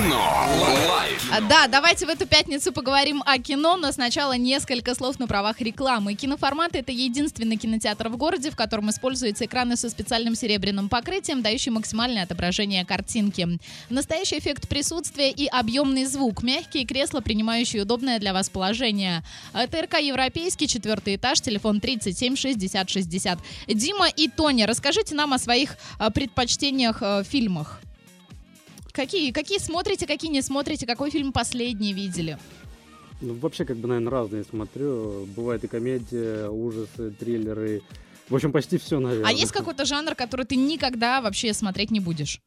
Кино. Лайф. Да, давайте в эту пятницу поговорим о кино, но сначала несколько слов на правах рекламы. Киноформат — это единственный кинотеатр в городе, в котором используются экраны со специальным серебряным покрытием, дающий максимальное отображение картинки. Настоящий эффект присутствия и объемный звук. Мягкие кресла, принимающие удобное для вас положение. ТРК «Европейский», 4-й этаж, телефон 37 60 60. Дима и Тоня, расскажите нам о своих предпочтениях в фильмах. Какие смотрите, какие не смотрите? Какой фильм последний видели? Ну, вообще, наверное, разные смотрю. Бывает и комедия, ужасы, триллеры. В общем, почти все, наверное. А есть какой-то жанр, который ты никогда вообще смотреть не будешь?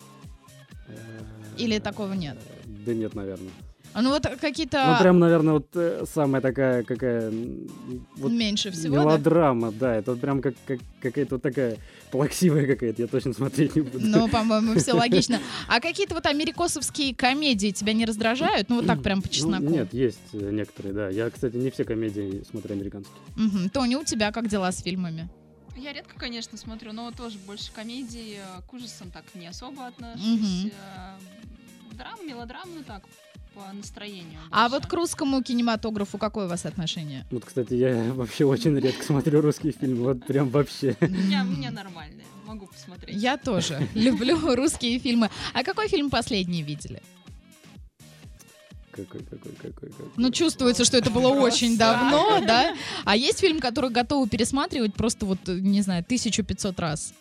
Или такого нет? Да нет, наверное. Ну вот какие-то... Ну прям, наверное, вот самая такая, какая... Вот меньше всего, мелодрама, да? Это вот прям какая-то вот такая плаксивая какая-то, я точно смотреть не буду. Ну, по-моему, все логично. А какие-то вот америкосовские комедии тебя не раздражают? Ну вот так прям по чесноку. Нет, есть некоторые, да. Я, кстати, не все комедии смотрю американские. Тоня, у тебя как дела с фильмами? Я редко, конечно, смотрю, но тоже больше комедий. К ужасам так не особо отношусь. Драм, мелодрам, ну так, по настроению. А вот к русскому кинематографу какое у вас отношение? Вот, кстати, я вообще очень редко смотрю русские фильмы, вот прям вообще. У меня нормальные, могу посмотреть. Я тоже люблю русские фильмы. А какой фильм последний видели? Какой? Ну, чувствуется, что это было очень давно, да? А есть фильм, который готовы пересматривать просто вот, не знаю, 1500 раз?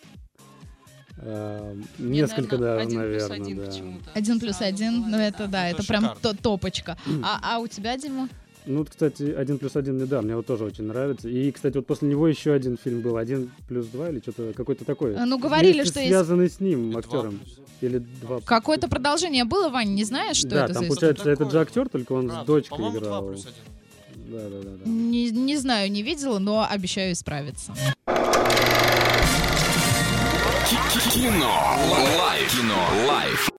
Несколько, да, наверное, 1+1 да. почему-то. 1+1, ну это да, это прям топочка. А у тебя, Дима? Ну, вот, кстати, 1+1, да, мне вот тоже очень нравится. И, кстати, вот после него еще один фильм был, 1+2 или что-то, какой-то такой. Ну, говорили, что есть... связанный с ним актером. Или 2. Какое-то продолжение было, Вань, не знаешь, что да, это там, за получается, этот же актер, только он с дочкой по-моему, играл. 2+1. Да. Не знаю, не видела, но обещаю исправиться. Кино. Лайф. Кино. Лайф.